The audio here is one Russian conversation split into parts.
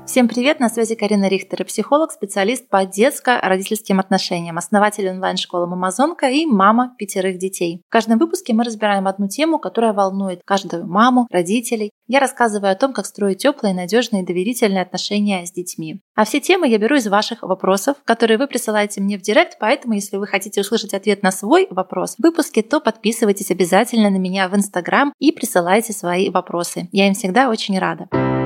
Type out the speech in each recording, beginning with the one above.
Всем привет, на связи Карина Рихтер, психолог, специалист по детско-родительским отношениям, основатель онлайн-школы «Мамазонка» и мама 5 детей. В каждом выпуске мы разбираем одну тему, которая волнует каждую маму, родителей. Я рассказываю о том, как строить теплые, надежные и доверительные отношения с детьми. А все темы я беру из ваших вопросов, которые вы присылаете мне в директ, поэтому если вы хотите услышать ответ на свой вопрос в выпуске, то подписывайтесь обязательно на меня в Инстаграм и присылайте свои вопросы. Я им всегда очень рада.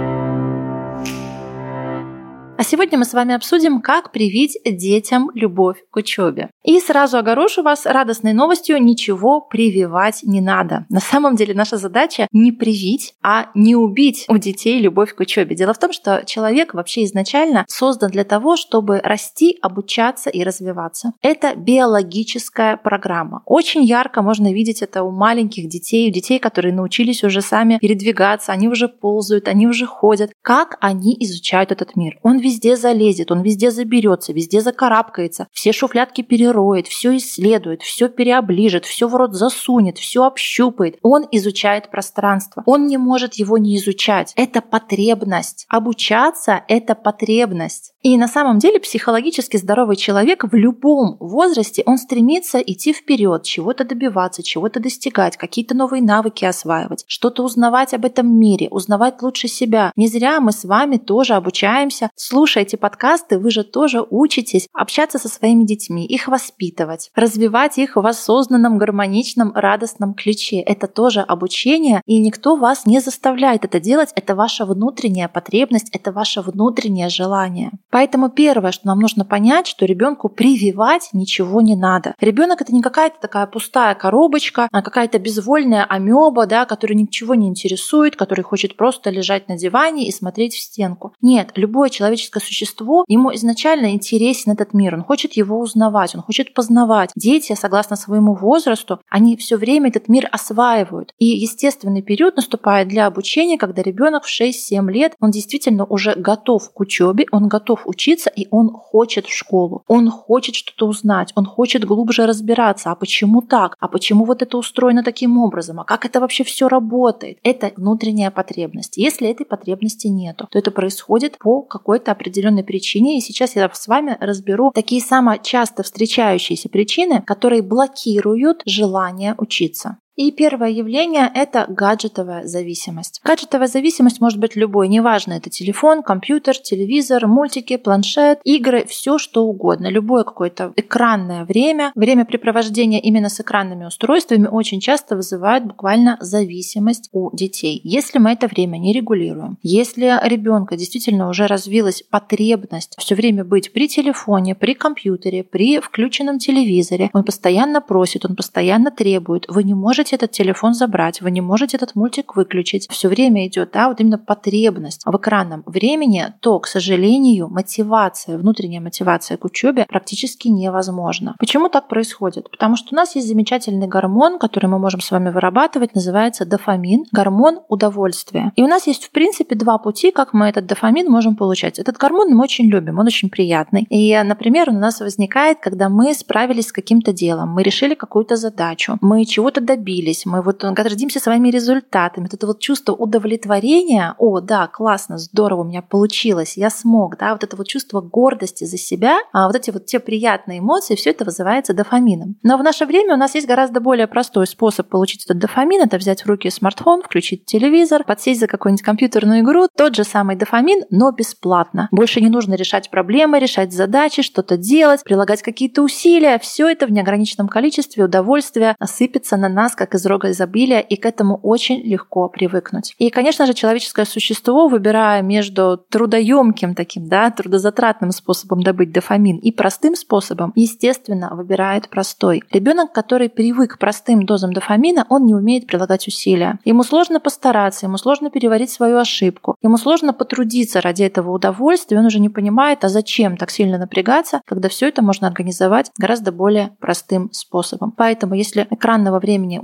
А сегодня мы с вами обсудим, как привить детям любовь к учебе. И сразу огорошу вас радостной новостью: ничего прививать не надо. На самом деле наша задача не привить, а не убить у детей любовь к учебе. Дело в том, что человек вообще изначально создан для того, чтобы расти, обучаться и развиваться. Это биологическая программа. Очень ярко можно видеть это у маленьких детей, у детей, которые научились уже сами передвигаться, они уже ползают, они уже ходят. Как они изучают этот мир? Он везде залезет, он везде заберется, везде закарабкается, все шуфлядки перероет, все исследует, все переоближет, все в рот засунет, все общупает. Он изучает пространство. Он не может его не изучать. Это потребность. Обучаться — это потребность. И на самом деле психологически здоровый человек в любом возрасте, он стремится идти вперед, чего-то добиваться, чего-то достигать, какие-то новые навыки осваивать, что-то узнавать об этом мире, узнавать лучше себя. Не зря мы с вами тоже обучаемся. Слушайте подкасты, вы же тоже учитесь общаться со своими детьми, их воспитывать, развивать их в осознанном, гармоничном, радостном ключе. Это тоже обучение, и никто вас не заставляет это делать. Это ваша внутренняя потребность, это ваше внутреннее желание. Поэтому первое, что нам нужно понять, что ребенку прививать ничего не надо. Ребенок — это не какая-то такая пустая коробочка, а какая-то безвольная амеба, которая ничего не интересует, который хочет просто лежать на диване и смотреть в стенку. Нет, любое человеческое существо, ему изначально интересен этот мир, он хочет его узнавать, он хочет познавать. Дети, согласно своему возрасту, они все время этот мир осваивают. И естественный период наступает для обучения, когда ребенок в 6-7 лет, он действительно уже готов к учебе, он готов учиться, и он хочет в школу. Он хочет что-то узнать, он хочет глубже разбираться. А почему так? А почему вот это устроено таким образом? А как это вообще все работает? Это внутренняя потребность. Если этой потребности нету, то это происходит по какой-то определенной причине. И сейчас я с вами разберу такие самые часто встречающиеся причины, которые блокируют желание учиться. И первое явление — это гаджетовая зависимость. Гаджетовая зависимость может быть любой, неважно, это телефон, компьютер, телевизор, мультики, планшет, игры, все что угодно. Любое какое-то экранное времяпрепровождение именно с экранными устройствами очень часто вызывает буквально зависимость у детей. Если мы это время не регулируем, если ребенка действительно уже развилась потребность все время быть при телефоне, при компьютере, при включенном телевизоре, он постоянно просит, он постоянно требует, вы не можете этот телефон забрать, вы не можете этот мультик выключить. Все время идет, вот именно потребность в экранном времени, то, к сожалению, внутренняя мотивация к учебе практически невозможна. Почему так происходит? Потому что у нас есть замечательный гормон, который мы можем с вами вырабатывать, называется дофамин, гормон удовольствия. И у нас есть, в принципе, два пути, как мы этот дофамин можем получать. Этот гормон мы очень любим, он очень приятный. И, например, он у нас возникает, когда мы справились с каким-то делом, мы решили какую-то задачу, мы чего-то добились, мы гордимся своими результатами. Это чувство удовлетворения, классно, здорово, у меня получилось, я смог, вот это чувство гордости за себя, те приятные эмоции, все это вызывается дофамином. Но в наше время у нас есть гораздо более простой способ получить этот дофамин, это взять в руки смартфон, включить телевизор, подсесть за какую-нибудь компьютерную игру, тот же самый дофамин, но бесплатно. Больше не нужно решать проблемы, решать задачи, что-то делать, прилагать какие-то усилия, все это в неограниченном количестве удовольствия сыпется на нас, как из рога изобилия, и к этому очень легко привыкнуть. И, конечно же, человеческое существо, выбирая между трудоемким трудозатратным способом добыть дофамин и простым способом, естественно, выбирает простой. Ребенок, который привык к простым дозам дофамина, он не умеет прилагать усилия. Ему сложно постараться, ему сложно переварить свою ошибку, ему сложно потрудиться ради этого удовольствия, он уже не понимает, а зачем так сильно напрягаться, когда все это можно организовать гораздо более простым способом. Поэтому, если экранного времени у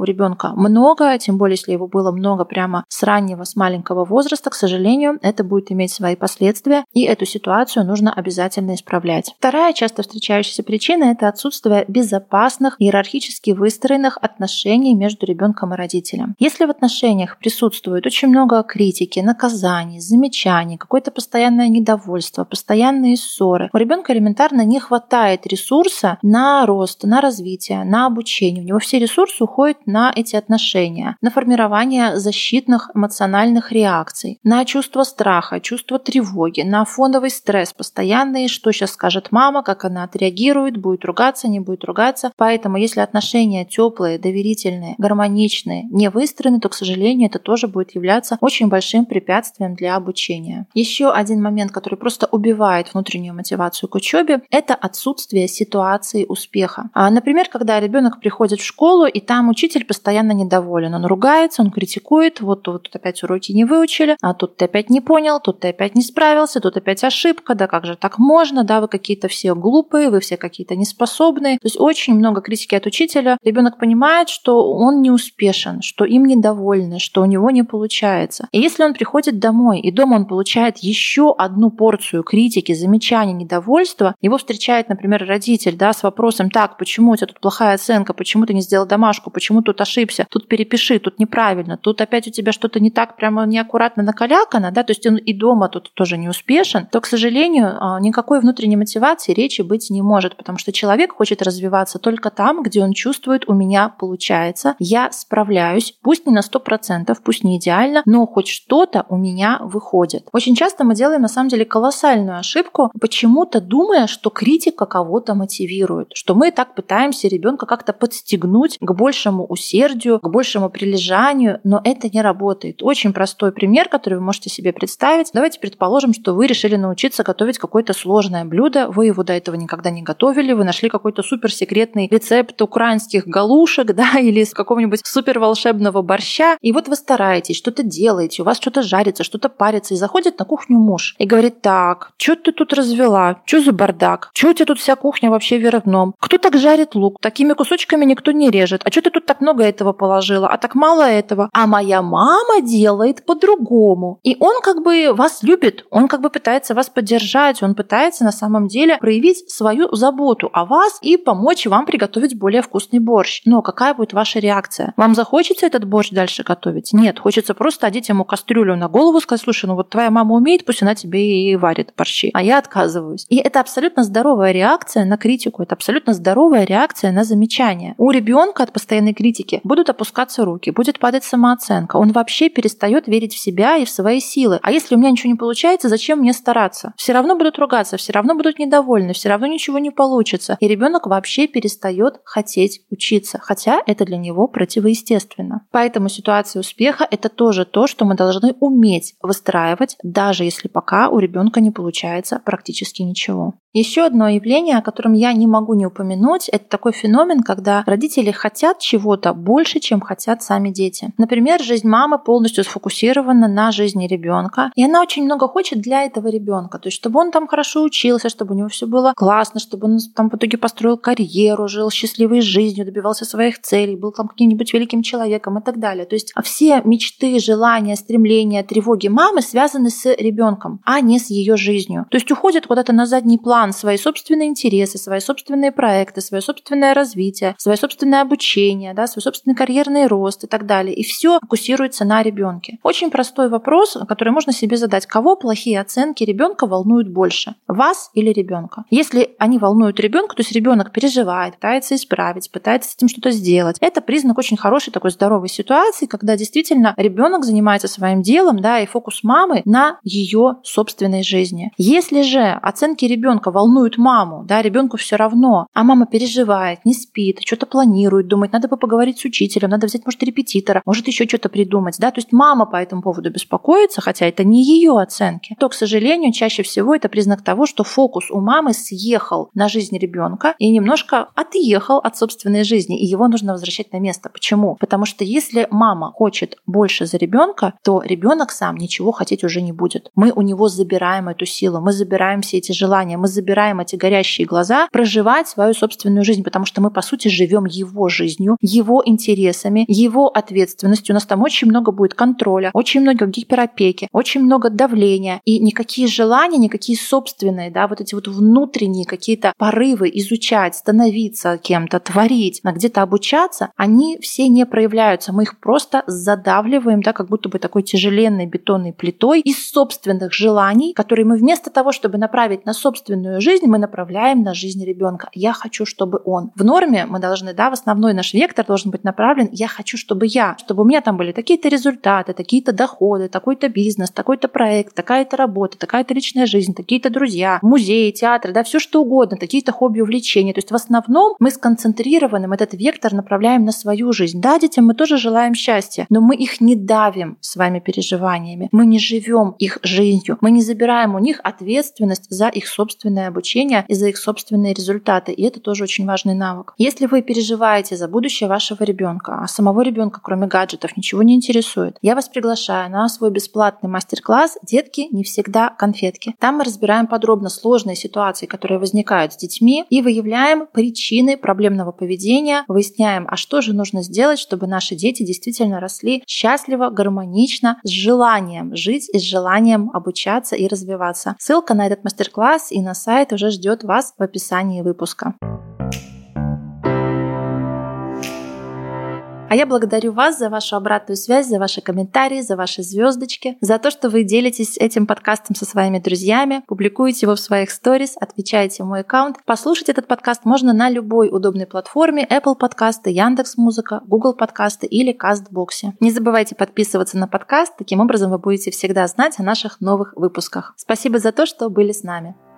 ребенка много, тем более, если его было много прямо с раннего, с маленького возраста, к сожалению, это будет иметь свои последствия, и эту ситуацию нужно обязательно исправлять. Вторая часто встречающаяся причина – это отсутствие безопасных, иерархически выстроенных отношений между ребенком и родителем. Если в отношениях присутствует очень много критики, наказаний, замечаний, какое-то постоянное недовольство, постоянные ссоры, у ребенка элементарно не хватает ресурса на рост, на развитие, на обучение. У него все ресурсы уходят на эти отношения, на формирование защитных эмоциональных реакций, на чувство страха, чувство тревоги, на фоновый стресс постоянный, что сейчас скажет мама, как она отреагирует, будет ругаться, не будет ругаться. Поэтому если отношения теплые, доверительные, гармоничные, не выстроены, то, к сожалению, это тоже будет являться очень большим препятствием для обучения. Еще один момент, который просто убивает внутреннюю мотивацию к учебе, это отсутствие ситуации успеха. Например, когда ребенок приходит в школу, и там учитель постоянно недоволен. Он ругается, он критикует, вот тут опять уроки не выучили, а тут ты опять не понял, тут ты опять не справился, тут опять ошибка, да как же так можно, да, вы какие-то все глупые, вы все какие-то неспособные. То есть очень много критики от учителя. Ребенок понимает, что он не успешен, что им недовольны, что у него не получается. И если он приходит домой, и дома он получает еще одну порцию критики, замечаний, недовольства, его встречает, например, родитель, да, с вопросом: так, почему у тебя тут плохая оценка, почему ты не сделал домашку, почему тут ошибся, тут перепиши, тут неправильно, тут опять у тебя что-то не так, прямо неаккуратно накалякано, да, то есть он и дома тут тоже не успешен, то, к сожалению, никакой внутренней мотивации речи быть не может, потому что человек хочет развиваться только там, где он чувствует: у меня получается, я справляюсь, пусть не на 100%, пусть не идеально, но хоть что-то у меня выходит. Очень часто мы делаем на самом деле колоссальную ошибку, почему-то думая, что критика кого-то мотивирует, что мы так пытаемся ребенка как-то подстегнуть к большему усердию, к большему прилежанию, но это не работает. Очень простой пример, который вы можете себе представить. Давайте предположим, что вы решили научиться готовить какое-то сложное блюдо, вы его до этого никогда не готовили, вы нашли какой-то суперсекретный рецепт украинских галушек, да, или из какого-нибудь суперволшебного борща, и вот вы стараетесь, что-то делаете, у вас что-то жарится, что-то парится, и заходит на кухню муж и говорит: так, что ты тут развела? Что за бардак? Что у тебя тут вся кухня вообще вверх дном? Кто так жарит лук? Такими кусочками никто не режет. А что ты тут так много этого положила? А так мало этого? А моя мама делает по-другому. И он как бы вас любит, он как бы пытается вас поддержать, он пытается на самом деле проявить свою заботу о вас и помочь вам приготовить более вкусный борщ. Но какая будет ваша реакция? Вам захочется этот борщ дальше готовить? Нет, хочется просто одеть ему кастрюлю на голову, сказать: слушай, ну вот твоя мама умеет, пусть она тебе и варит борщи, а я отказываюсь. И это абсолютно здоровая реакция на критику, это абсолютно здоровая реакция на замечания. У ребенка от постоянной критики будут опускаться руки, будет падать самооценка, он вообще перестает верить в себя и в свои силы. А если у меня ничего не получается, зачем мне стараться? Все равно будут ругаться, все равно будут недовольны, все равно ничего не получится. И ребенок вообще перестает хотеть учиться, хотя это для него противоестественно. Поэтому ситуация успеха – это тоже то, что мы должны уметь выстраивать, даже если пока у ребенка не получается практически ничего. Еще одно явление, о котором я не могу не упомянуть, это такой феномен, когда родители хотят чего-то больше, чем хотят сами дети. Например, жизнь мамы полностью сфокусирована на жизни ребенка, и она очень много хочет для этого ребенка, то есть чтобы он там хорошо учился, чтобы у него все было классно, чтобы он там в итоге построил карьеру, жил счастливой жизнью, добивался своих целей, был там каким-нибудь великим человеком и так далее. То есть все мечты, желания, стремления, тревоги мамы связаны с ребенком, а не с ее жизнью. То есть уходит куда-то на задний план свои собственные интересы, свои собственные проекты, свое собственное развитие, свое собственное обучение, да, свой собственный карьерный рост и так далее. И все фокусируется на ребенке. Очень простой вопрос, который можно себе задать: кого плохие оценки ребенка волнуют больше? Вас или ребенка? Если они волнуют ребенка, то есть ребенок переживает, пытается исправить, пытается с этим что-то сделать, это признак очень хорошей такой здоровой ситуации, когда действительно ребенок занимается своим делом, да, и фокус мамы на ее собственной жизни. Если же оценки ребенка волнуют маму, да, ребенку все равно, а мама переживает, не спит, что-то планирует, думает: надо бы поговорить с учителем, надо взять, может, репетитора, может, еще что-то придумать, да, то есть мама по этому поводу беспокоится, хотя это не ее оценки, то, к сожалению, чаще всего это признак того, что фокус у мамы съехал на жизнь ребенка и немножко отъехал от собственной жизни, и его нужно возвращать на место. Почему? Потому что если мама хочет больше за ребенка, то ребенок сам ничего хотеть уже не будет. Мы у него забираем эту силу, мы забираем все эти желания, мы забираем эти горящие глаза проживать свою собственную жизнь, потому что мы, по сути, живем его жизнью, его его интересами, его ответственностью. У нас там очень много будет контроля, очень много гиперопеки, очень много давления. И никакие желания, никакие собственные, да, вот эти вот внутренние какие-то порывы изучать, становиться кем-то, творить, где-то обучаться, они все не проявляются. Мы их просто задавливаем, да, как будто бы такой тяжеленной бетонной плитой из собственных желаний, которые мы вместо того, чтобы направить на собственную жизнь, мы направляем на жизнь ребенка. Я хочу, чтобы он. В норме мы должны, да, в основной наш вектор должен быть направлен: я хочу, чтобы у меня там были такие-то результаты, такие-то доходы, такой-то бизнес, такой-то проект, такая-то работа, такая-то личная жизнь, такие-то друзья, музеи, театры, да, все что угодно, такие-то хобби, увлечения. То есть в основном мы сконцентрированы, этот вектор направляем на свою жизнь. Да, детям мы тоже желаем счастья, но мы их не давим своими переживаниями, мы не живем их жизнью, мы не забираем у них ответственность за их собственное обучение и за их собственные результаты. И это тоже очень важный навык. Если вы переживаете за будущее вашего ребенка, а самого ребенка, кроме гаджетов, ничего не интересует, я вас приглашаю на свой бесплатный мастер-класс «Детки не всегда конфетки». Там мы разбираем подробно сложные ситуации, которые возникают с детьми, и выявляем причины проблемного поведения, выясняем, а что же нужно сделать, чтобы наши дети действительно росли счастливо, гармонично, с желанием жить и с желанием обучаться и развиваться. Ссылка на этот мастер-класс и на сайт уже ждет вас в описании выпуска. А я благодарю вас за вашу обратную связь, за ваши комментарии, за ваши звездочки, за то, что вы делитесь этим подкастом со своими друзьями, публикуете его в своих сторис, отвечаете в мой аккаунт. Послушать этот подкаст можно на любой удобной платформе: Apple подкасты, Яндекс.Музыка, Google подкасты или Кастбоксе. Не забывайте подписываться на подкаст, таким образом вы будете всегда знать о наших новых выпусках. Спасибо за то, что были с нами.